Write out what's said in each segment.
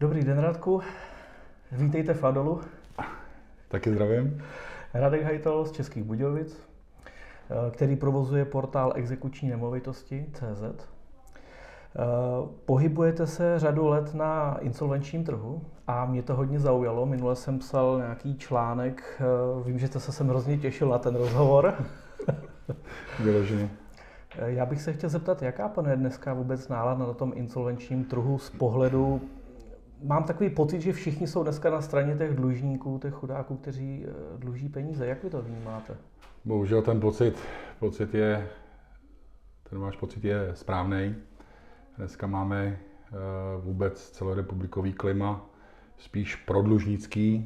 Dobrý den, Radku. Vítejte v Adolu. Taky zdravím. Radek Hajtal z Českých Budějovic, který provozuje portál exekuční nemovitosti CZ. Pohybujete se řadu let na insolvenčním trhu a mě to hodně zaujalo. Minule jsem psal nějaký článek, vím, že jste se sem hrozně těšil na ten rozhovor. Vyloženě. Já bych se chtěl zeptat, jaká panuje dneska vůbec nálada na tom insolvenčním trhu z pohledu. Mám takový pocit, že všichni jsou dneska na straně těch dlužníků, těch chudáků, kteří dluží peníze. Jak vy to vnímáte? Bohužel ten váš pocit je správný. Dneska máme vůbec celorepublikový klima spíš prodlužnický,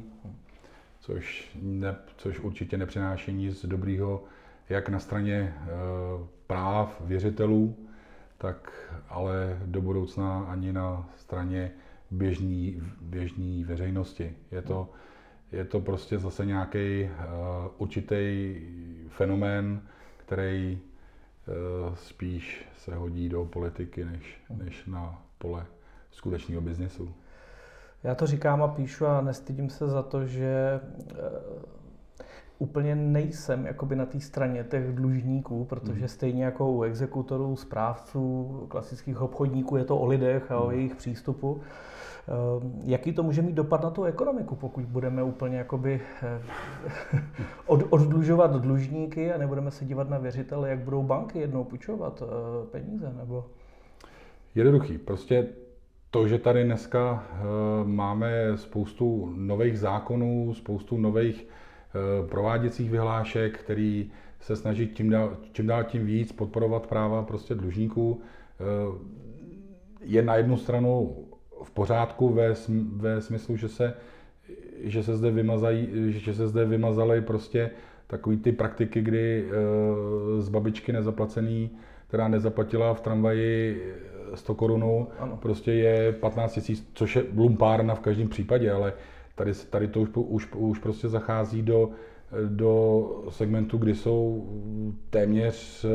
což určitě nepřináší nic dobrýho jak na straně práv věřitelů, tak ale do budoucna ani na straně běžné veřejnosti. Je to prostě zase nějaký určitý fenomén, který spíš se hodí do politiky, než na pole skutečného biznesu. Já to říkám a píšu a nestydím se za to, že úplně nejsem jakoby na té straně těch dlužníků, protože stejně jako u exekutorů, správců, klasických obchodníků je to o lidech a o jejich přístupu. Jaký to může mít dopad na tu ekonomiku, pokud budeme úplně jakoby oddlužovat dlužníky a nebudeme se dívat na věřitele, jak budou banky jednou půjčovat peníze? Nebo? Jednoduchý. Prostě to, že tady dneska máme spoustu nových zákonů, spoustu nových prováděcích vyhlášek, který se snaží čím dál tím víc podporovat práva prostě dlužníků, je na jednu stranu v pořádku ve smyslu, že se zde vymazaly prostě takový ty praktiky, kdy z babičky nezaplacený, která nezaplatila v tramvaji 100 korun, prostě je 15 000, což je lumpárna v každém případě, ale tady to už prostě zachází do segmentu, kdy jsou téměř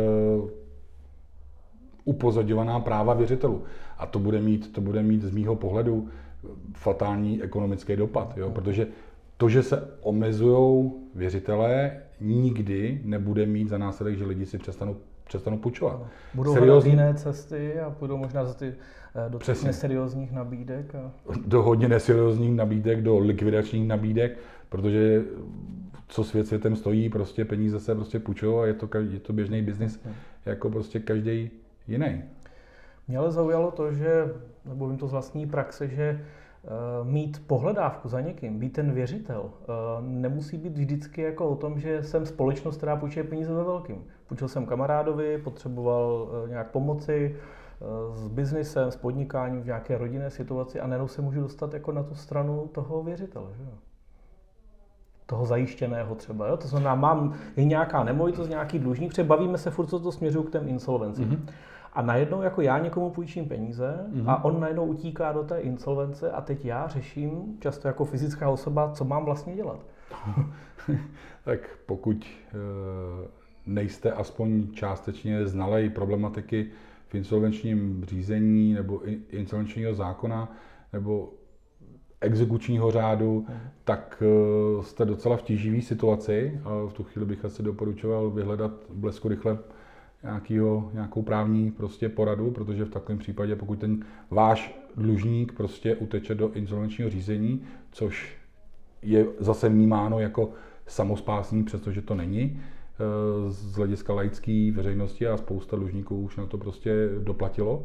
upozorňovaná práva věřitelů. A to bude mít z mýho pohledu fatální ekonomický dopad, jo? Protože to, že se omezují věřitelé, nikdy nebude mít za následek, že lidi si přestanou půjčovat. Budou hledat jiné cesty a půjdou možná do těch neseriózních nabídek. Do hodně neseriózních nabídek, do likvidačních nabídek, protože co svět světem stojí, prostě peníze se prostě půjčují a je to běžný biznis jako prostě každý jiný. Mě ale zaujalo to, nebo vím to z vlastní praxe, že mít pohledávku za někým, být ten věřitel, nemusí být vždycky jako o tom, že jsem společnost, která půjčuje peníze ve velkým. Půjčil jsem kamarádovi, potřeboval nějak pomoci s biznisem, s podnikáním v nějaké rodinné situaci a najednou se můžu dostat jako na tu stranu toho věřitele. Že? Toho zajištěného třeba. Jo? To znamená, mám nějaká nemovitost, nějaký dlužník, protože bavíme se furt, co to směřuje k těm insolvencím. Mm-hmm. A najednou jako já někomu půjčím peníze a on najednou utíká do té insolvence a teď já řeším, často jako fyzická osoba, co mám vlastně dělat. Tak pokud nejste aspoň částečně znalej problematiky v insolvenčním řízení nebo insolvenčního zákona nebo exekučního řádu, tak jste docela v tíživé situaci a v tu chvíli bych asi doporučoval vyhledat blesku rychle nějakou právní prostě poradu, protože v takovém případě, pokud ten váš dlužník prostě uteče do insolvenčního řízení, což je zase vnímáno jako samospásný, přestože to není, z hlediska laické veřejnosti a spousta dlužníků už na to prostě doplatilo,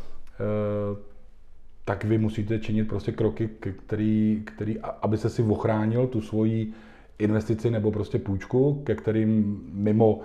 tak vy musíte činit prostě kroky, který aby se si ochránil tu svoji investici nebo prostě půjčku, ke kterým mimo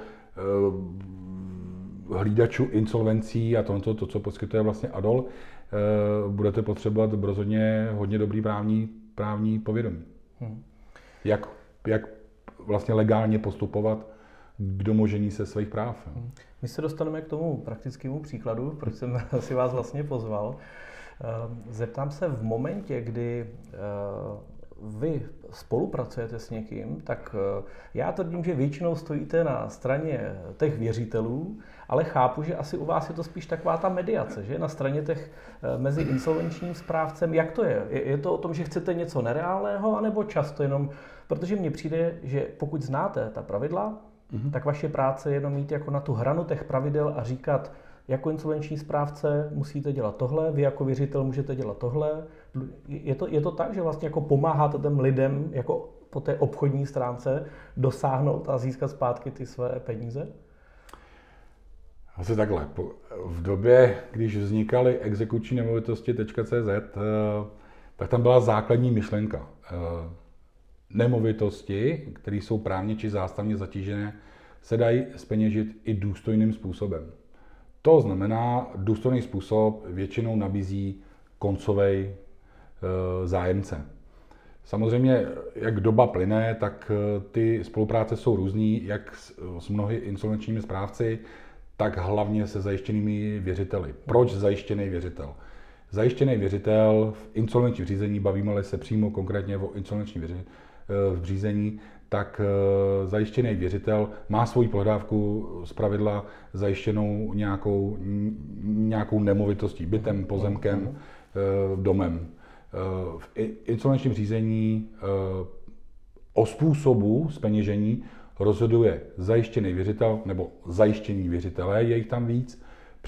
hlídačů insolvencí a to, co poskytuje vlastně Adol, budete potřebovat rozhodně hodně dobrý právní povědomí. Jak vlastně legálně postupovat k domožení se svých práv. My se dostaneme k tomu praktickému příkladu, proč jsem si vás vlastně pozval. Zeptám se v momentě, kdy vy spolupracujete s někým, tak já tvrdím, že většinou stojíte na straně těch věřitelů, ale chápu, že asi u vás je to spíš taková ta mediace, že na straně těch mezi insolvenčním správcem. Jak to je? Je to o tom, že chcete něco nereálného, anebo často jenom, protože mně přijde, že pokud znáte ta pravidla, tak vaše práce je jenom mít jako na tu hranu těch pravidel a říkat, jako insolvenční správce musíte dělat tohle, vy jako věřitel můžete dělat tohle. Je to tak, že vlastně jako pomáháte těm lidem jako po té obchodní stránce dosáhnout a získat zpátky ty své peníze? Asi takhle. V době, když vznikaly exekuční nemovitosti.cz, tak tam byla základní myšlenka. Nemovitosti, které jsou právně či zástavně zatížené, se dají zpeněžit i důstojným způsobem. To znamená, důstojný způsob většinou nabízí koncový zájemce. Samozřejmě, jak doba plyne, tak ty spolupráce jsou různý, jak s mnohy insolvenčními správci, tak hlavně se zajištěnými věřiteli. Proč zajištěný věřitel? Zajištěný věřitel v insolvenčním řízení, bavíme-li se přímo konkrétně o insolvenčním řízení, tak zajištěný věřitel má svoji pohledávku zpravidla zajištěnou nějakou nemovitostí, bytem, pozemkem, domem. V insolvenčním řízení o způsobu zpeněžení rozhoduje zajištěný věřitel nebo zajištění věřitelé, je jich tam víc,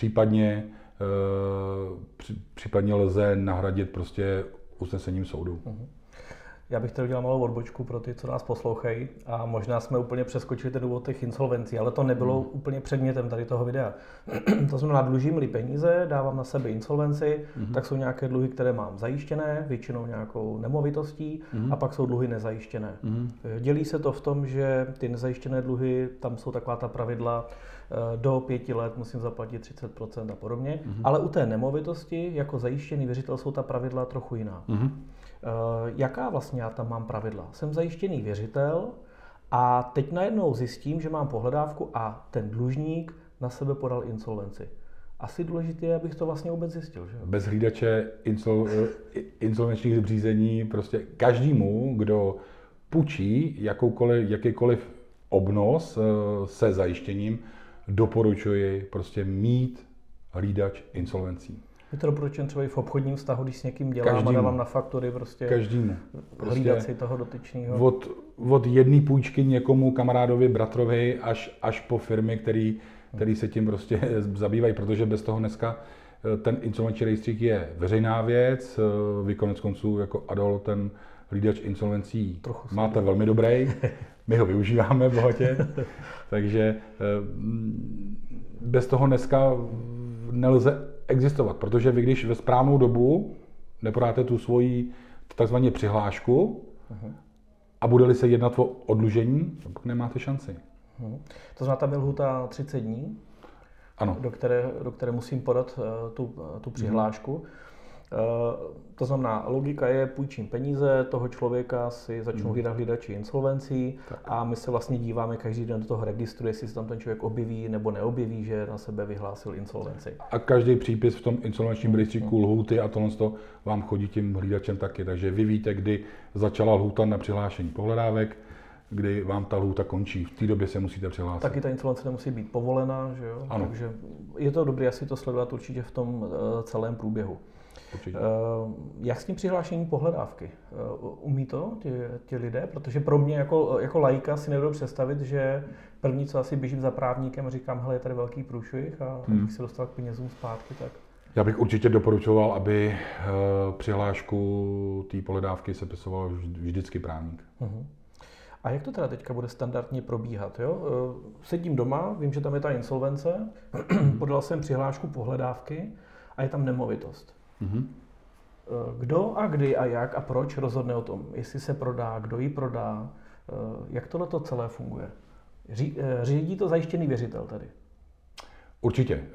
případně lze nahradit prostě usnesením soudu. Já bych tady udělal malou odbočku pro ty, co nás poslouchají, a možná jsme úplně přeskočili ten důvod těch insolvencí, ale to nebylo úplně předmětem tady toho videa. To znamená, dlužím-li peníze, dávám na sebe insolvenci, tak jsou nějaké dluhy, které mám zajištěné, většinou nějakou nemovitostí, a pak jsou dluhy nezajištěné. Dělí se to v tom, že ty nezajištěné dluhy, tam jsou taková ta pravidla, do 5 let musím zaplatit 30% a podobně, ale u té nemovitosti jako zajištěný věřitel jsou ta pravidla trochu jiná. Jaká vlastně já tam mám pravidla? Jsem zajištěný věřitel a teď najednou zjistím, že mám pohledávku a ten dlužník na sebe podal insolvenci. Asi důležité je, abych to vlastně vůbec zjistil, že? Bez hlídače insolvenčních řízení prostě každému, kdo půjčí jakýkoliv obnos se zajištěním, doporučuji prostě mít hlídač insolvencí. Je to doporučuji třeba i v obchodním vztahu, když s někým dělám a dávám na faktury prostě každému. Hlídat si toho dotyčného. Od jedné půjčky někomu, kamarádovi, bratrovi, až po firmy, který se tím prostě zabývají, protože bez toho dneska ten insolvenční rejstřík je veřejná věc. Vy konec konců jako Adol ten hlídač insolvencí máte velmi dobrý. My ho využíváme bohatě. Takže bez toho dneska nelze existovat, protože vy, když ve správnou dobu nepodáte tu svoji takzvaně přihlášku a bude-li se jednat o oddlužení, tak nemáte šanci. To znamená, tam je lhůta 30 dní, ano. Do které musím podat tu přihlášku. To znamená, logika je, půjčím peníze, toho člověka si začnou hlídat hlídači insolvencí a my se vlastně díváme každý den do toho registru, jestli se tam ten člověk objeví nebo neobjeví, že na sebe vyhlásil insolvenci. A každý přípis v tom insolvenčním rejstříku lhůty a tohle vám chodí tím hlídačem taky, takže vy víte, kdy začala lhůta na přihlášení pohledávek, kdy vám ta lhůta končí. V té době se musíte přihlásit. Taky ta insolvence nemusí být povolena, že jo? Ano. Takže je to dobré asi to sledovat určitě v tom celém průběhu. Určitě. Jak s tím přihlášením pohledávky? Umí to ti lidé? Protože pro mě jako laika si nedovedu představit, že první, co asi běžím za právníkem a říkám, hele, je tady velký průšvih a abych se dostal k penězům zpátky, tak... Já bych určitě doporučoval, aby přihlášku té pohledávky sepisoval vždycky právník. A jak to teda teďka bude standardně probíhat? Jo? Sedím doma, vím, že tam je ta insolvence, podal jsem přihlášku pohledávky a je tam nemovitost. Kdo a kdy a jak a proč rozhodne o tom, jestli se prodá, kdo ji prodá, jak tohleto celé funguje? Řídí to zajištěný věřitel tady? Určitě.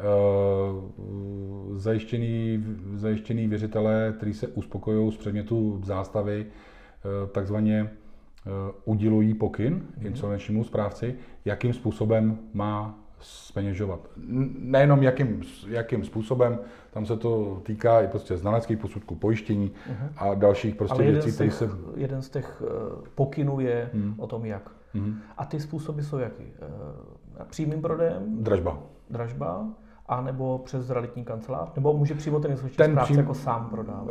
Zajištěný věřitelé, kteří se uspokojují z předmětu zástavy, takzvaně udělují pokyn insolvenčnímu správci, jakým způsobem má zpeněžovat. Nejenom jakým způsobem, tam se to týká i prostě znaleckých posudků, pojištění a dalších prostě věcí, které se... jeden z těch pokynů je o tom, jak. A ty způsoby jsou jaký? Přímým prodejem? Dražba? A nebo přes realitní kancelář? Nebo může přímo ten insolvenční správce jako sám prodávat?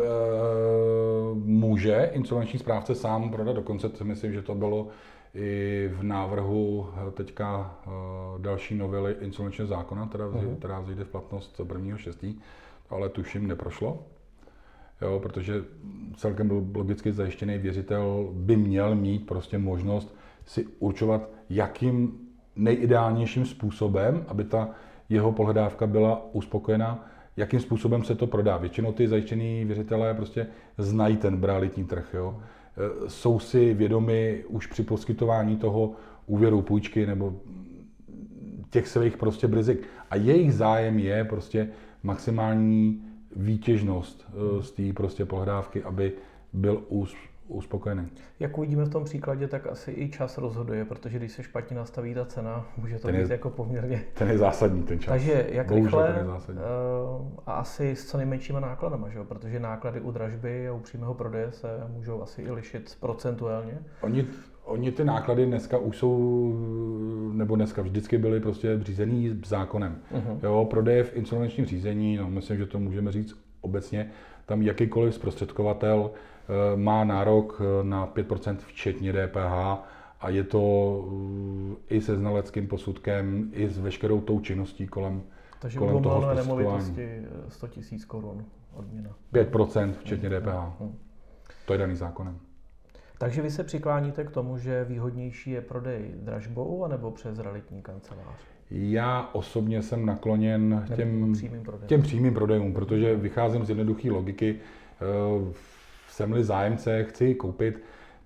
Může insolvenční správce sám prodat, dokonce si myslím, že to bylo i v návrhu teďka další novely insolvenčního zákona, která vzejde v platnost 1.6., ale tuším neprošlo. Jo, protože celkem logicky zajištěný věřitel by měl mít prostě možnost si určovat, jakým nejideálnějším způsobem, aby ta jeho pohledávka byla uspokojená, jakým způsobem se to prodá. Většinou ty zajištěný věřitelé prostě znají ten realitní trh. Jo. Jsou si vědomi už při poskytování toho úvěru, půjčky nebo těch svých prostě rizik. A jejich zájem je prostě maximální výtěžnost z té prostě pohledávky, aby byl uspokojený. Jak uvidíme v tom příkladě, tak asi i čas rozhoduje, protože když se špatně nastaví ta cena, může to být jako poměrně... Ten je zásadní, ten čas. Takže jak rychle a asi s co nejmenšíma nákladama, že? Protože náklady u dražby a u přímého prodeje se můžou asi i lišit procentuálně. Oni ty náklady dneska už jsou, nebo dneska vždycky byly prostě řízený zákonem. Jo, prodeje v insolvenčním řízení, no, myslím, že to můžeme říct obecně, tam jakýkoliv zprostředkovatel má nárok na 5% včetně DPH a je to i se znaleckým posudkem, i s veškerou tou činností kolem toho zprostředkování. Nemovitosti 100 000 korun odměna. 5% včetně DPH. To je daný zákonem. Takže vy se přikláníte k tomu, že výhodnější je prodej dražbou anebo přes realitní kancelář? Já osobně jsem nakloněn těm přímým prodejům, protože vycházím z jednoduché logiky. Jsem-li zájemce, chci koupit,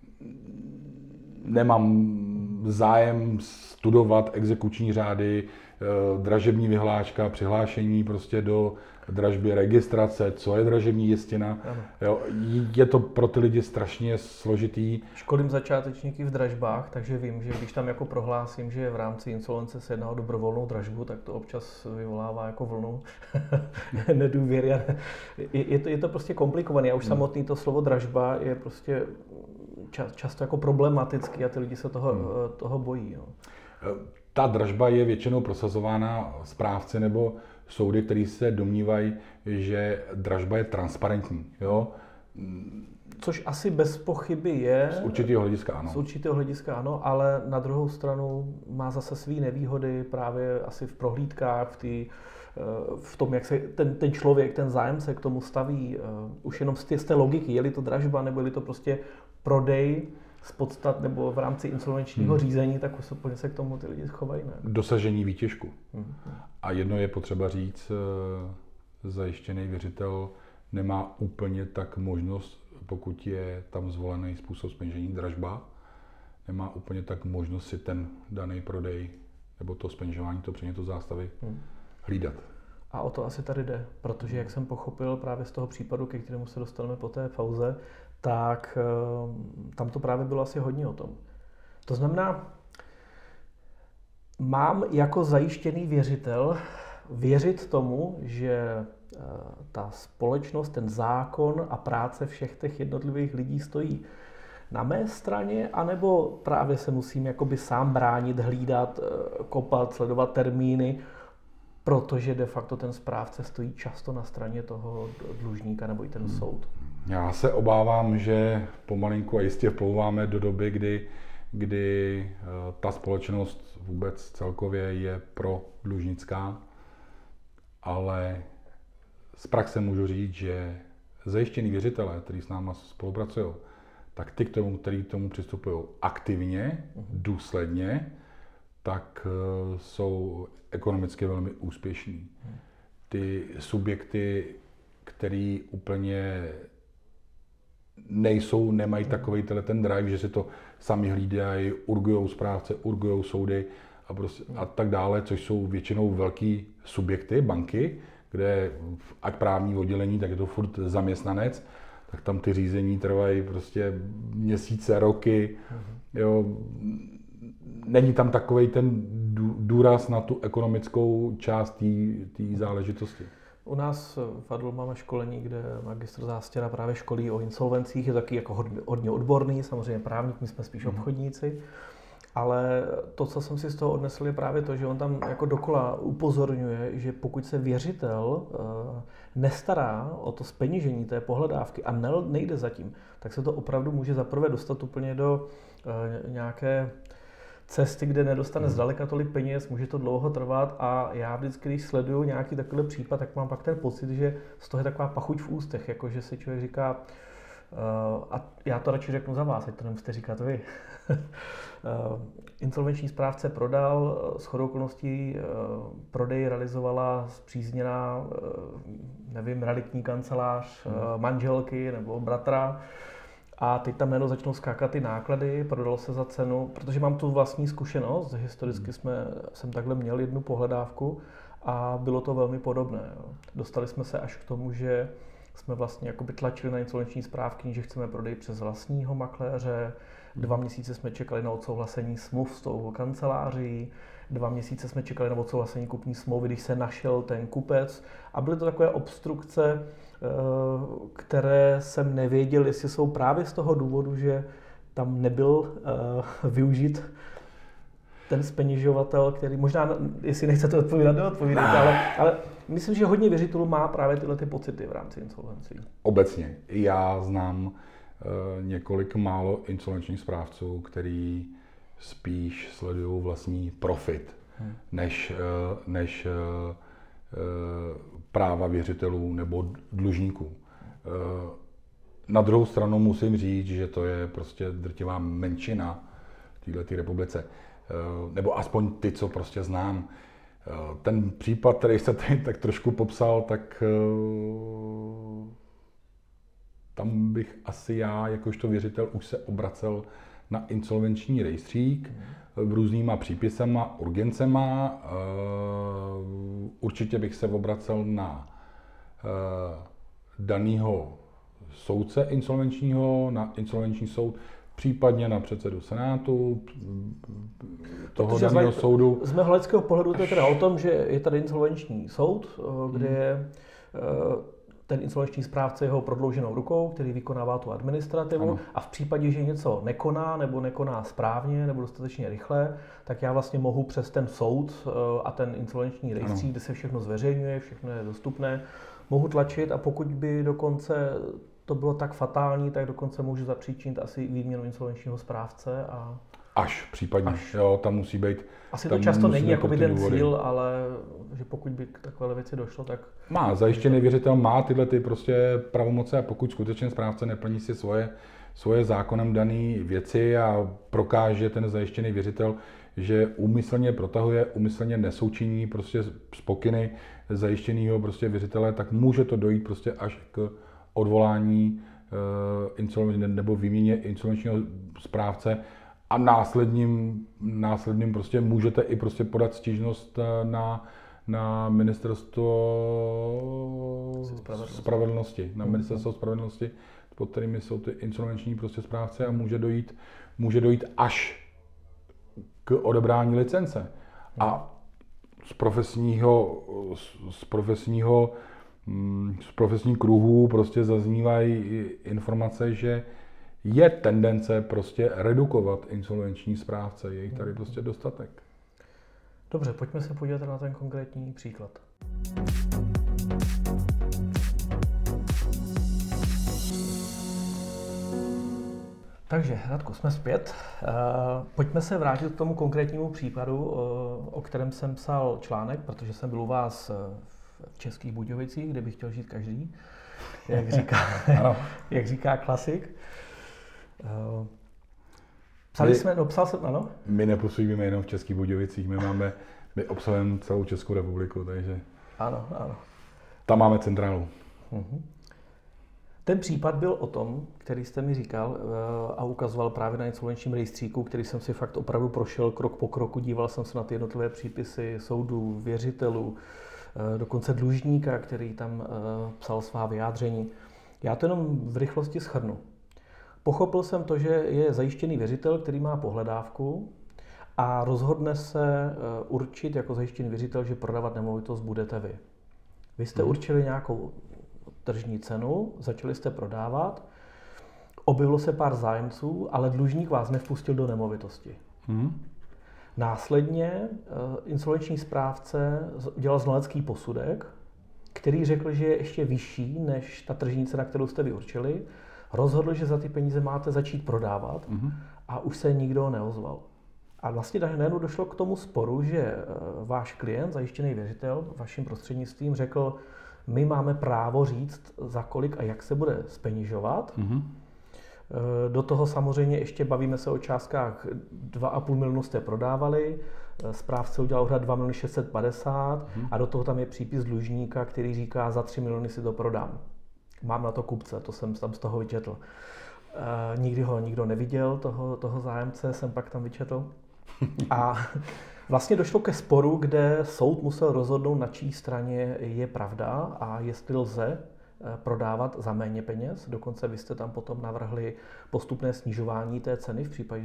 nemám zájem studovat exekuční řády, dražební vyhláška, přihlášení prostě do dražby, registrace, co je dražební jistina. Jo, je to pro ty lidi strašně složitý. Školím začátečníky v dražbách, takže vím, že když tam jako prohlásím, že v rámci insolvence se jedná o dobrovolnou dražbu, tak to občas vyvolává jako vlnu nedůvěry. Je to prostě komplikované a už samotný to slovo dražba je prostě často jako problematický a ty lidi se toho bojí. Jo. Ta dražba je většinou prosazována správci nebo soudy, který se domnívají, že dražba je transparentní. Jo? Což asi bez pochyby je. Z určitého hlediska ano. Z určitého hlediska ano, ale na druhou stranu má zase své nevýhody právě asi v prohlídkách, v tom, jak se ten člověk, ten zájemce k tomu staví. Už jenom z té logiky, je-li to dražba, nebo je-li to prostě prodej z podstat nebo v rámci insolvenčního řízení, tak úplně se k tomu ty lidi chovají. Ne? Dosažení výtěžku. A jedno je potřeba říct, zajištěný věřitel nemá úplně tak možnost, pokud je tam zvolený způsob zpeněžení dražba, nemá úplně tak možnost si ten daný prodej nebo to zpeněžování, to předmětu zástavy hlídat. A o to asi tady jde, protože jak jsem pochopil právě z toho případu, ke kterému se dostaneme po té pauze, tak tam to právě bylo asi hodně o tom. To znamená, mám jako zajištěný věřitel věřit tomu, že ta společnost, ten zákon a práce všech těch jednotlivých lidí stojí na mé straně, anebo právě se musím jakoby sám bránit, hlídat, kopat, sledovat termíny, protože de facto ten správce stojí často na straně toho dlužníka nebo i ten soud. Já se obávám, že pomalinku a jistě vplouváme do doby, kdy ta společnost vůbec celkově je pro dlužnická, ale z praxe můžu říct, že zajištění věřitelé, kteří s námi spolupracují, tak ty, kteří k tomu přistupují aktivně, důsledně, tak jsou ekonomicky velmi úspěšní. Ty subjekty, který úplně nemají takovej ten drive, že si to sami hlídají, urgujou správce, urgujou soudy a tak dále, což jsou většinou velký subjekty, banky, kde ať právní oddělení, tak je to furt zaměstnanec, tak tam ty řízení trvají prostě měsíce, roky. Jo. Není tam takovej ten důraz na tu ekonomickou část té záležitosti. U nás v Adlu máme školení, kde magistr Zástěra právě školí o insolvencích, je taky jako hodně odborný, samozřejmě právník, my jsme spíš obchodníci. Ale to, co jsem si z toho odnesl, je právě to, že on tam jako dokola upozorňuje, že pokud se věřitel nestará o to zpeněžení té pohledávky a nejde za tím, tak se to opravdu může zaprvé dostat úplně do nějaké cesty, kde nedostane zdaleka tolik peněz, může to dlouho trvat a já vždycky, když sleduju nějaký takový případ, tak mám pak ten pocit, že z toho je taková pachuť v ústech, jako že si člověk říká, a já to radši řeknu za vás, ať to nemusíte říkat vy. Insolvenční správce prodal, shodou okolností prodej realizovala spřízněná, nevím, realitní kancelář manželky nebo bratra. A teď tam najednou začnou skákat ty náklady, prodalo se za cenu, protože mám tu vlastní zkušenost, historicky jsem takhle měl jednu pohledávku a bylo to velmi podobné. Jo. Dostali jsme se až k tomu, že jsme vlastně jakoby tlačili na insolvenční správky, že chceme prodej přes vlastního makléře. 2 měsíce jsme čekali na odsouhlasení smluv s tou kanceláří, 2 měsíce jsme čekali na odsouhlasení kupní smlouvy, když se našel ten kupec. A byly to takové obstrukce, které jsem nevěděl, jestli jsou právě z toho důvodu, že tam nebyl využit ten zpeněžovatel, který možná, jestli nechcete odpovídat, neodpovídejte, ale myslím, že hodně věřitelů má právě tyhle ty pocity v rámci insolvencí. Obecně. Já znám několik málo insolvenčních správců, který spíš sledují vlastní profit, než práva věřitelů nebo dlužníků. Na druhou stranu musím říct, že to je prostě drtivá menšina v této republice. Nebo aspoň ty, co prostě znám. Ten případ, který jste tady tak trošku popsal, tak tam bych asi já, jakožto věřitel, už se obracel na insolvenční rejstřík různýma přípisama, urgencema. Určitě bych se obracel na danýho soudce insolvenčního, na insolvenční soud, případně na předsedu senátu toho daného soudu. Z mého laického pohledu to je teda o tom, že je tady insolvenční soud, kde je ten insolvenční správce jeho prodlouženou rukou, který vykonává tu administrativu. Ano. A v případě, že něco nekoná nebo nekoná správně nebo dostatečně rychle, tak já vlastně mohu přes ten soud a ten insolvenční rejstřík, kde se všechno zveřejňuje, všechno je dostupné, mohu tlačit a pokud by dokonce to bylo tak fatální, tak dokonce můžu zapříčinit asi výměnu insolvenčního správce a Až případně, jo, tam musí být. Asi to často není jakoby ten cíl, ale že pokud by k takové věci došlo, tak... Má, zajištěný věřitel má tyhle ty prostě pravomoce a pokud skutečně správce neplní si svoje zákonem dané věci a prokáže ten zajištěný věřitel, že úmyslně protahuje, úmyslně nesoučiní prostě z pokyny zajištěného prostě věřitele, tak může to dojít prostě až k odvolání nebo výměně insolvenčního správce. A následním prostě můžete i prostě podat stížnost na ministerstvo spravedlnosti, na ministerstvo spravedlnosti, pod kterými jsou ty insolvenční prostě správce a může dojít až k odebrání licence. A z profesních kruhů prostě zaznívají informace, že je tendence prostě redukovat insolvenční správce, je jich tady prostě dostatek. Dobře, pojďme se podívat na ten konkrétní příklad. Takže, Radku, jsme zpět. Pojďme se vrátit k tomu konkrétnímu případu, o kterém jsem psal článek, protože jsem byl u vás v Českých Budějovicích, kde by chtěl žít každý, jak říká klasik. Psal jsem, ano? My nepůsobíme jenom v Českých Budějovicích, my obsahujeme celou Českou republiku, takže... Ano. Tam máme centrálu. Ten případ byl o tom, který jste mi říkal a ukazoval právě na insolvenčním rejstříku, který jsem si fakt opravdu prošel krok po kroku, díval jsem se na ty jednotlivé přípisy soudů, věřitelů, dokonce dlužníka, který tam psal svá vyjádření. Já to jenom v rychlosti shrnu. Pochopil jsem to, že je zajištěný věřitel, který má pohledávku a rozhodne se určit jako zajištěný věřitel, že prodávat nemovitost budete vy. Vy jste určili nějakou tržní cenu, začali jste prodávat, objevilo se pár zájemců, ale dlužník vás nevpustil do nemovitosti. Následně insolvenční správce udělal znalecký posudek, který řekl, že je ještě vyšší než ta tržní cena, kterou jste vy určili. Rozhodl, že za ty peníze máte začít prodávat a už se nikdo neozval. A vlastně najednou došlo k tomu sporu, že váš klient, zajištěný věřitel, vaším prostřednictvím řekl, my máme právo říct, za kolik a jak se bude zpeněžovat. Do toho samozřejmě ještě bavíme se o částkách 2,5 milionu jste prodávali, správce udělal odhad 2 650 a do toho tam je přípis dlužníka, který říká, za 3 miliony si to prodám. Mám na to kupce, to jsem tam z toho vyčetl. Nikdy ho nikdo neviděl, toho zájemce jsem pak tam vyčetl. A vlastně došlo ke sporu, kde soud musel rozhodnout, na čí straně je pravda a jestli lze prodávat za méně peněz. Dokonce vy jste tam potom navrhli postupné snižování té ceny v případě,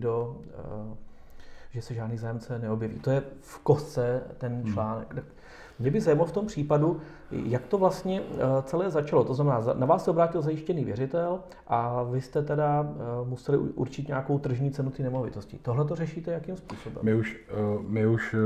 že se žádný zájemce neobjeví. To je v kostce ten článek. Mě by zajímalo v tom případu, jak to vlastně celé začalo. To znamená, na vás se obrátil zajištěný věřitel a vy jste teda museli určit nějakou tržní cenu ty nemovitosti. Tohle to řešíte jakým způsobem? My už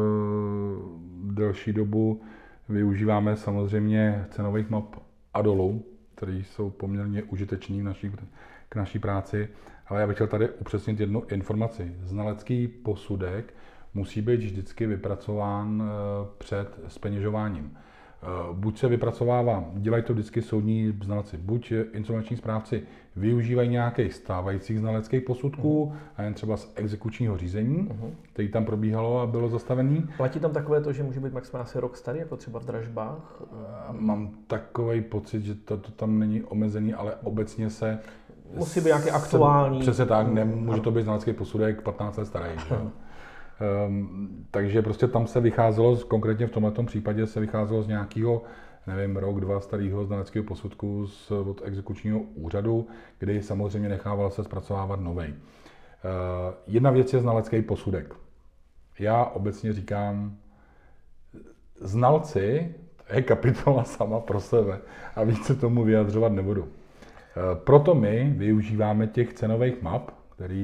delší dobu využíváme samozřejmě cenových map Adolu, které jsou poměrně užitečný k naší práci. Ale já bych chtěl tady upřesnit jednu informaci. Znalecký posudek musí být vždycky vypracován před zpeněžováním. Buď se vypracovává, dělají to vždycky soudní znalci, buď insolvenční správci využívají nějakých stávajících znaleckých posudků, a jen třeba z exekučního řízení, který tam probíhalo a bylo zastavený. Platí tam takové to, že může být maximálně asi rok starý, jako třeba v dražbách? Mám takový pocit, že to tam není omezený, ale obecně se... Musí být nějaký aktuální. Přesně tak, nemůže to být znalecký posudek 15 let starý. Takže prostě tam se vycházelo, konkrétně v tomto případě se vycházelo z nějakého, nevím, rok, 2 starého znaleckého posudku od exekučního úřadu, kdy samozřejmě nechával se zpracovávat novej. Jedna věc je znalecký posudek. Já obecně říkám, znalci, to je kapitola sama pro sebe a víc se tomu vyjadřovat nebudu. Proto my využíváme těch cenových map,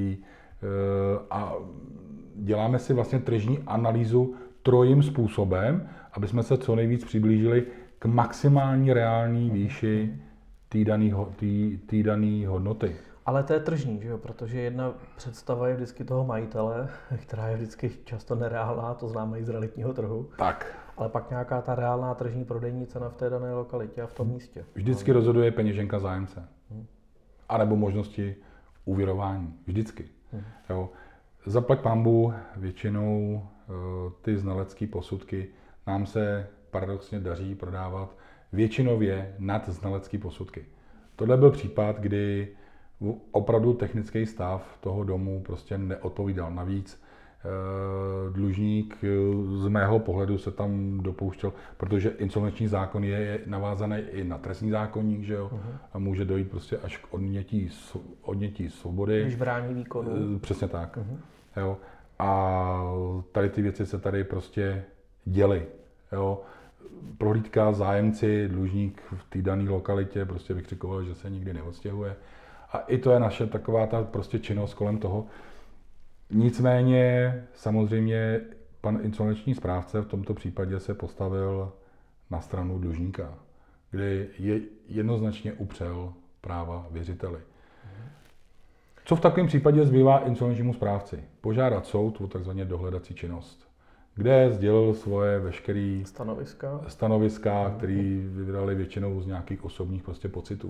a děláme si vlastně tržní analýzu trojím způsobem, aby jsme se co nejvíc přiblížili k maximální reální výši té dané hodnoty. Ale to je tržní, že jo? Protože jedna představa je vždycky toho majitele, která je vždycky často nereálná, to známe i z realitního trhu. Tak. Ale pak nějaká ta reálná tržní prodejní cena v té dané lokalitě a v tom místě. Vždycky rozhoduje peněženka zájemce. A nebo možnosti úvěrování. Vždycky. Jo. Zaplať pánbůh, většinou ty znalecké posudky nám se paradoxně daří prodávat většinově nad znalecké posudky. Tohle byl případ, kdy opravdu technický stav toho domu prostě neodpovídal. Navíc dlužník z mého pohledu se tam dopouštěl, protože insolvenční zákon je navázaný i na trestní zákoník, že jo? A může dojít prostě až k odnětí svobody. Když brání výkonu. Přesně tak. Jo? A tady ty věci se tady prostě děly. Jo? Prohlídka, zájemci, dlužník v té dané lokalitě prostě vykřikoval, že se nikdy neodstěhuje. A i to je naše taková ta prostě činnost kolem toho. Nicméně samozřejmě pan insolvenční správce v tomto případě se postavil na stranu dlužníka, kdy je jednoznačně upřel práva věřiteli. Co v takovém případě zbývá insolvenčnímu správci? Požádat soud o tzv. Dohledací činnost, kde sdělil svoje veškeré stanoviska, které vydali většinou z nějakých osobních prostě pocitů.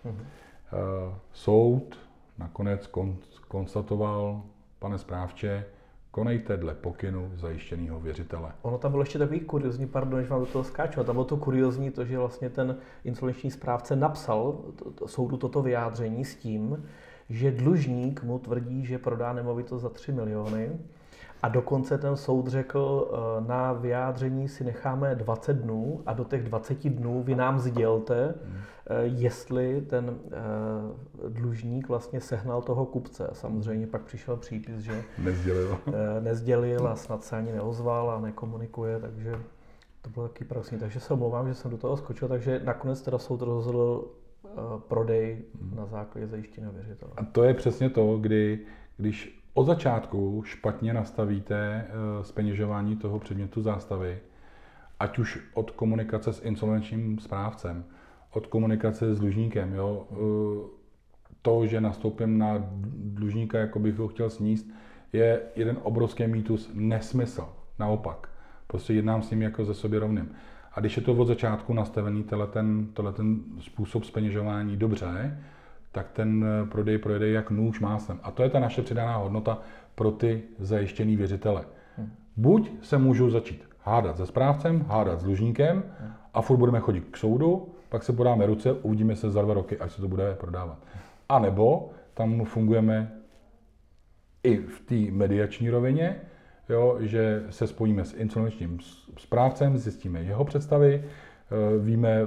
Soud nakonec konstatoval, pane správče, konejte dle pokynu zajištěného věřitele. Ono tam bylo ještě takový kuriozní, pardon, než vám do toho skáču, a tam bylo to kuriozní to, že vlastně ten insolvenční správce napsal soudu toto vyjádření s tím, že dlužník mu tvrdí, že prodá nemovitost za 3 miliony A dokonce ten soud řekl, na vyjádření si necháme 20 dnů a do těch 20 dnů vy nám sdělte, jestli ten dlužník vlastně sehnal toho kupce. Samozřejmě pak přišel přípis, že nezdělil a snad se ani neozval a nekomunikuje, takže to bylo taky paradoxní. Takže se omlouvám, že jsem do toho skočil, takže nakonec teda soud rozhodl prodej na základě zajištěného věřitele. A to je přesně to, když od začátku špatně nastavíte zpeněžování toho předmětu zástavy, ať už od komunikace s insolvenčním správcem, od komunikace s dlužníkem, jo, to, že nastoupím na dlužníka, jako bych ho chtěl sníst, je jeden obrovský mýtus, nesmysl, naopak. Prostě jednám s ním jako ze sobě rovným. A když je to od začátku nastavený ten způsob zpeněžování dobře, tak ten prodej projede jak nůž máslem. A to je ta naše přidaná hodnota pro ty zajištěný věřitele. Buď se můžu začít hádat se správcem, hádat s dlužníkem a furt budeme chodit k soudu, pak se podáme ruce, uvidíme se za 2 roky, až se to bude prodávat. A nebo tam fungujeme i v té mediační rovině, jo, že se spojíme s insolvenčním správcem, zjistíme jeho představy, víme,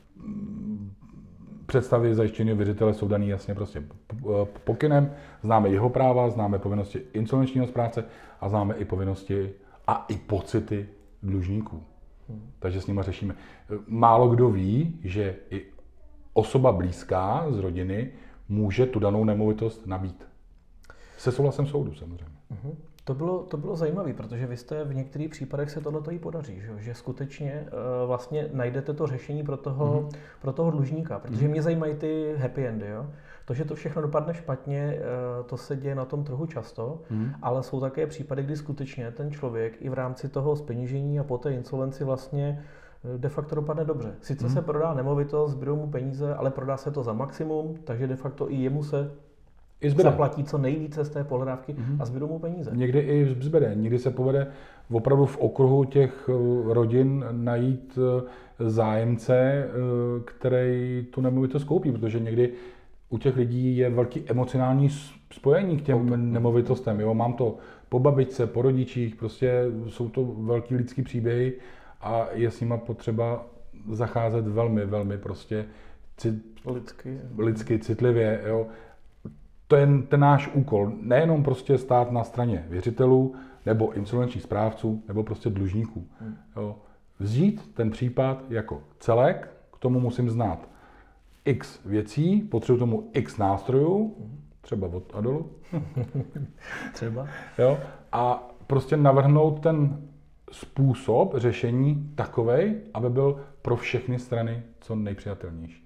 představy zajištěného věřitele jsou daný jasně prostě pokynem, známe jeho práva, známe povinnosti insolvenčního správce a známe i povinnosti a i pocity dlužníků. Takže s nimi řešíme. Málo kdo ví, že i osoba blízká z rodiny může tu danou nemovitost nabít. Se souhlasem soudu samozřejmě. To bylo zajímavé, protože vy jste v některých případech se tohleto i podaří, že skutečně vlastně najdete to řešení pro toho dlužníka, protože mě zajímají ty happy endy. Jo? To, že to všechno dopadne špatně, to se děje na tom trhu často, ale jsou také případy, kdy skutečně ten člověk i v rámci toho zpeněžení a po té insolvenci vlastně de facto dopadne dobře. Sice se prodá nemovitost, zbydou mu peníze, ale prodá se to za maximum, takže de facto i jemu se zaplatí co nejvíce z té pohledávky a zbydou mu peníze. Někdy i zbyde. Někdy se povede opravdu v okruhu těch rodin najít zájemce, který tu nemovitost koupí, protože někdy u těch lidí je velký emocionální spojení k těm nemovitostem. Jo? Mám to po babičce, po rodičích, prostě jsou to velký lidský příběhy a je s nima potřeba zacházet velmi, velmi prostě lidsky citlivě. Jo? To je ten náš úkol, nejenom prostě stát na straně věřitelů, nebo insolvenčních správců, nebo prostě dlužníků. Jo. Vzít ten případ jako celek, k tomu musím znát x věcí, potřebuji tomu x nástrojů, třeba od Adolu. Třeba. Jo, a prostě navrhnout ten způsob řešení takovej, aby byl pro všechny strany co nejpřijatelnější.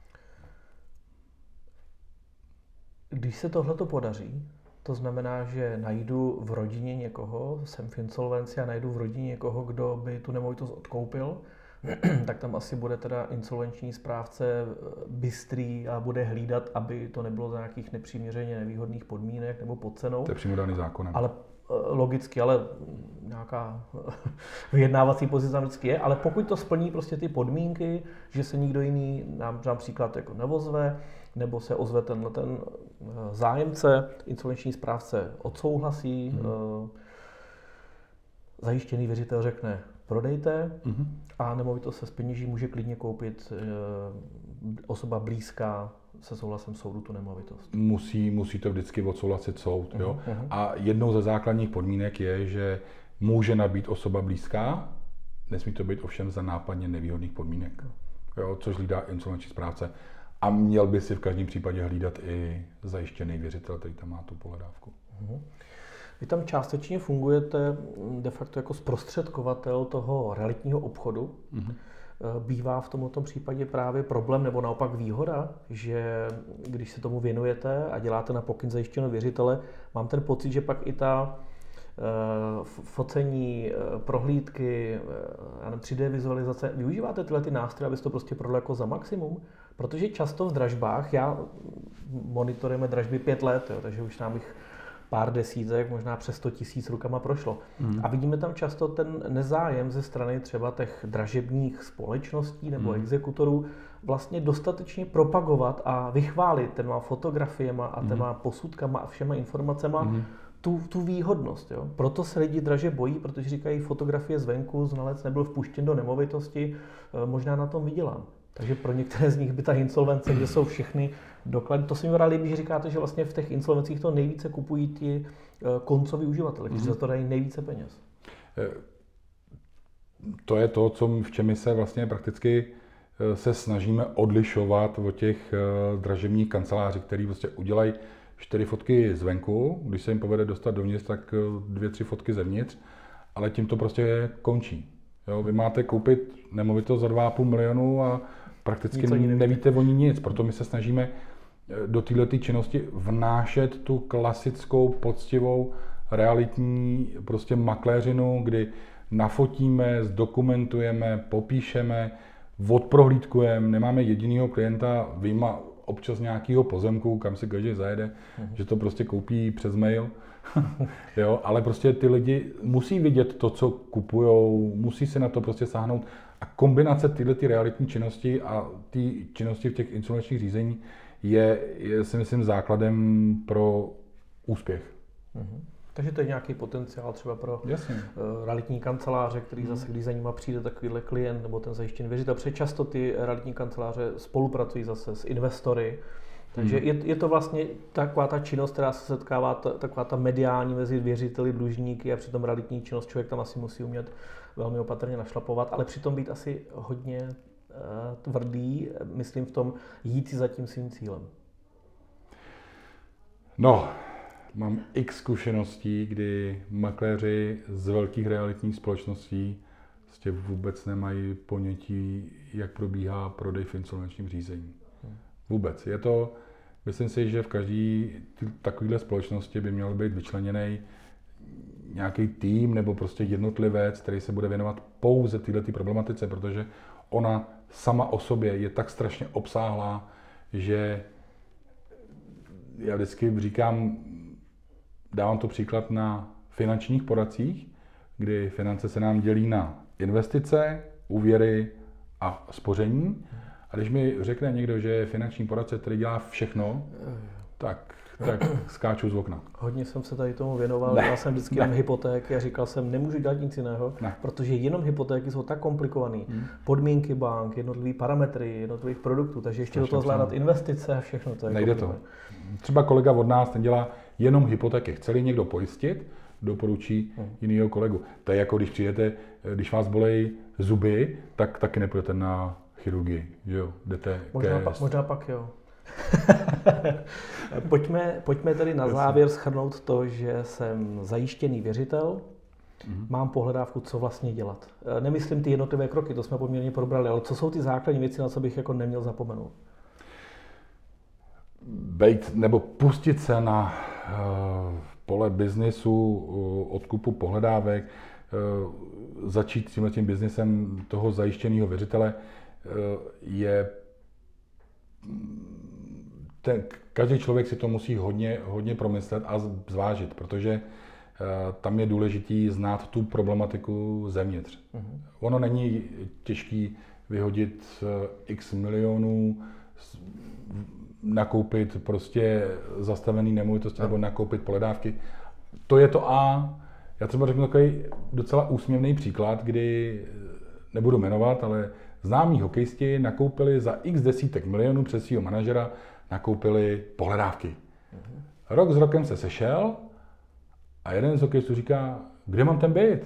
Když se tohleto podaří, to znamená, že najdu v rodině někoho, jsem v insolvenci a najdu v rodině někoho, kdo by tu nemovitost odkoupil, tak tam asi bude teda insolvenční správce bystrý a bude hlídat, aby to nebylo za nějakých nepřiměřeně nevýhodných podmínek nebo pod cenou. To je přímo daný zákonem. Ale logicky, ale nějaká vyjednávací pozice tam vždycky je, ale pokud to splní prostě ty podmínky, že se nikdo jiný například jako nevozve, nebo se ozve ten zájemce, insolvenční správce odsouhlasí, zajištěný věřitel řekne prodejte a nemovitost se zpeněží, může klidně koupit osoba blízká se souhlasem soudu tu nemovitost. Musí to vždycky odsouhlasit soud. Jo? A jednou ze základních podmínek je, že může nabít osoba blízká, nesmí to být ovšem za nápadně nevýhodných podmínek, jo? Což hlídá insolvenční správce. A měl by si v každém případě hlídat i zajištěný věřitel, který tam má tu pohledávku. Vy tam částečně fungujete de facto jako zprostředkovatel toho realitního obchodu. Bývá v tomto případě právě problém nebo naopak výhoda, že když se tomu věnujete a děláte na pokyn zajištěného věřitele, mám ten pocit, že pak i ta focení, prohlídky, 3D vizualizace, využíváte tyhle ty nástroje, abyste to prostě prodali jako za maximum? Protože často v dražbách, monitorujeme dražby 5 let, jo, takže už nám jich pár desítek, možná přes 100 000 rukama prošlo. A vidíme tam často ten nezájem ze strany třeba těch dražebních společností nebo exekutorů vlastně dostatečně propagovat a vychválit těma fotografiema a těma posudkama a všema informacema tu výhodnost. Jo? Proto se lidi draže bojí, protože říkají, fotografie zvenku, znalec nebyl vpuštěn do nemovitosti, možná na tom vydělám. Takže pro některé z nich by ta insolvence, kde jsou všechny doklady, to se mi líbí, že říkáte, že vlastně v těch insolvencích to nejvíce kupují ti koncoví uživatelé, kteří za to dají nejvíce peněz. To je to, v čem my se vlastně prakticky se snažíme odlišovat od těch dražebních kanceláří, který prostě udělají 4 fotky zvenku, když se jim povede dostat dovnitř, tak 2-3 fotky zevnitř, ale tím to prostě končí. Jo, vy máte koupit nemovitost za 2,5 milionu a prakticky nevíte o ní nic, proto my se snažíme do této činnosti vnášet tu klasickou, poctivou, realitní prostě makléřinu, kdy nafotíme, zdokumentujeme, popíšeme, odprohlídkujeme, nemáme jedinýho klienta, vyjma občas nějakého pozemku, kam si každý zajede, že to prostě koupí přes mail. Jo, ale prostě ty lidi musí vidět to, co kupujou, musí se na to prostě sáhnout. A kombinace tyhle realitní činnosti a ty činnosti v těch insolvenčních řízení je si myslím základem pro úspěch. Takže to je nějaký potenciál třeba pro realitní kanceláře, který zase, když za nima přijde takovýhle klient nebo ten zajištěný věřitel, protože často ty realitní kanceláře spolupracují zase s investory. Takže je to vlastně taková ta činnost, která se setkává, taková ta mediální mezi věřiteli, dlužníky a přitom realitní činnost člověk tam asi musí umět velmi opatrně našlapovat, ale přitom být asi hodně tvrdý, myslím v tom jít si za tím svým cílem. No, mám x zkušeností, kdy makléři z velkých realitních společností vlastně vůbec nemají ponětí, jak probíhá prodej v insolvenčním řízení. Vůbec. Je to, myslím si, že v každé takovéhle společnosti by měl být vyčleněný nějaký tým nebo prostě jednotlivec, který se bude věnovat pouze této problematice, protože ona sama o sobě je tak strašně obsáhlá, že já vždycky říkám, dávám to příklad na finančních poradcích, kdy finance se nám dělí na investice, úvěry a spoření. A když mi řekne někdo, že je finanční poradce, který dělá všechno, tak skáču z okna. Hodně jsem se tady tomu věnoval, dělal jsem vždycky jenom hypotéky a říkal jsem, nemůžu dělat nic jiného, protože jenom hypotéky jsou tak komplikované. Podmínky bank, jednotlivé parametry, jednotlivých produktů, takže ještě do toho zvládat investice a všechno. To je nejde to. Třeba kolega od nás, ten dělá jenom hypotéky. Chce-li někdo pojistit, doporučí jinýho kolegu. To je jako když přijete, když vás bolejí zuby, tak taky nepůjdete na chirurgii, že jo? Jdete možná pak jo. Pojďme tedy na závěr shrnout to, že jsem zajištěný věřitel, mám pohledávku, co vlastně dělat. Nemyslím ty jednotlivé kroky, to jsme poměrně probrali, ale co jsou ty základní věci, na co bych jako neměl zapomenout? Bejt nebo pustit se na pole biznisu, odkupu pohledávek, začít tím biznisem toho zajištěného věřitele každý člověk si to musí hodně promyslet a zvážit, protože tam je důležitý znát tu problematiku zevnitř. Ono není těžký vyhodit x milionů, nakoupit prostě zastavený nemovitosti nebo nakoupit pohledávky. To je to A. Já třeba řeknu takový docela úsměvný příklad, kdy nebudu jmenovat, ale známí hokejisti nakoupili za x desítek milionů přes svého manažera, nakoupili pohledávky. Rok s rokem se sešel a jeden z hokejistů říká, kde mám ten byt?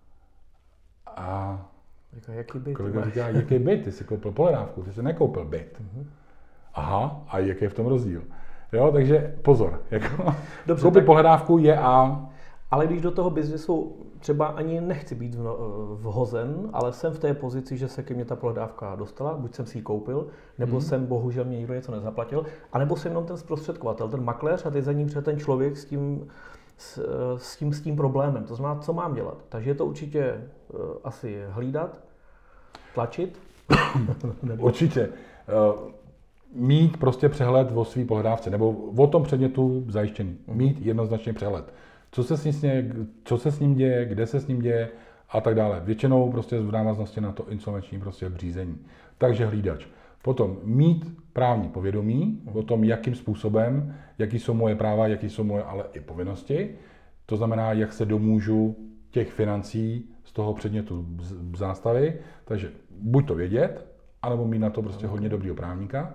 A kolega říká, jaký byt? Ty jsi koupil pohledávku, ty jsi nekoupil byt. Aha, a jaký je v tom rozdíl? Jo, takže pozor, koupit pohledávku je A. Ale když do toho biznesu třeba ani nechci být vhozen, ale jsem v té pozici, že se ke mně ta pohledávka dostala, buď jsem si ji koupil, nebo jsem bohužel mě někdo něco nezaplatil, anebo jsem jenom ten zprostředkovatel, ten makléř a teď za ním přijde ten člověk s tím problémem. To znamená, co mám dělat. Takže je to určitě asi hlídat, tlačit. Určitě. Mít prostě přehled o svý pohledávce, nebo o tom předmětu zajištěný. Mít jednoznačně přehled. Co se s ním děje, kde se s ním děje a tak dále. Většinou prostě v návaznosti na to insolvenční prostě řízení. Takže hlídač. Potom mít právní povědomí o tom, jakým způsobem, jaký jsou moje práva, jaký jsou moje ale i povinnosti. To znamená, jak se domůžu těch financí z toho předmětu zástavy. Takže buď to vědět, anebo mít na to prostě hodně dobrýho právníka.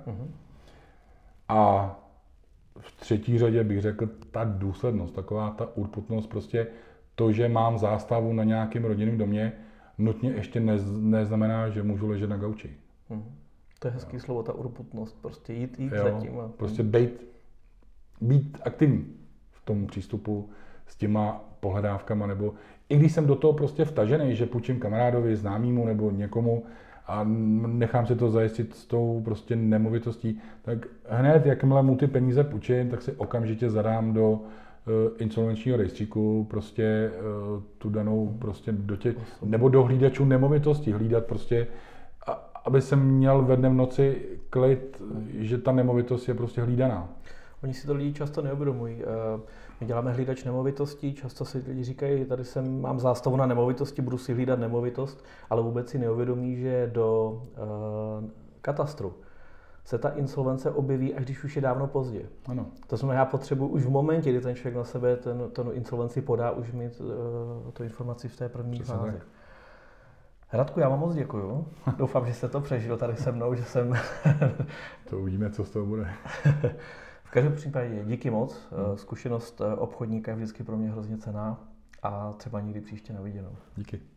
A v třetí řadě bych řekl ta důslednost, taková ta urputnost, prostě to, že mám zástavu na nějakém rodinném domě, nutně ještě neznamená, že můžu ležet na gauči. To je hezký slovo, ta urputnost, prostě jít jo, za tím. Prostě být aktivní v tom přístupu s těma pohledávkama, nebo i když jsem do toho prostě vtažený, že půjčím kamarádovi, známému nebo někomu a nechám si to zajistit s tou prostě nemovitostí, tak hned, jakmile mu ty peníze půjčím, tak si okamžitě zadám do insolvenčního rejstříku prostě tu danou prostě do těch, nebo do hlídačů nemovitostí, hlídat prostě, aby jsem měl ve dne v noci klid, že ta nemovitost je prostě hlídaná. Oni si to lidi často neuvědomují. My děláme hlídač nemovitostí, často si lidi říkají, tady mám zástavu na nemovitosti, budu si hlídat nemovitost, ale vůbec si neuvědomí, že do katastru se ta insolvence objeví, až když už je dávno pozdě. Ano. To znamená, já potřebuji už v momentě, kdy ten člověk na sebe ten insolvenci podá, už mít tu informaci v té první fázi. Radku, já vám moc děkuju. Doufám, že jste to přežil tady se mnou, že jsem... To uvidíme, co z toho bude. V každém případě díky moc. Zkušenost obchodníka je vždycky pro mě hrozně cenná a třeba někdy příště na viděnou. Díky.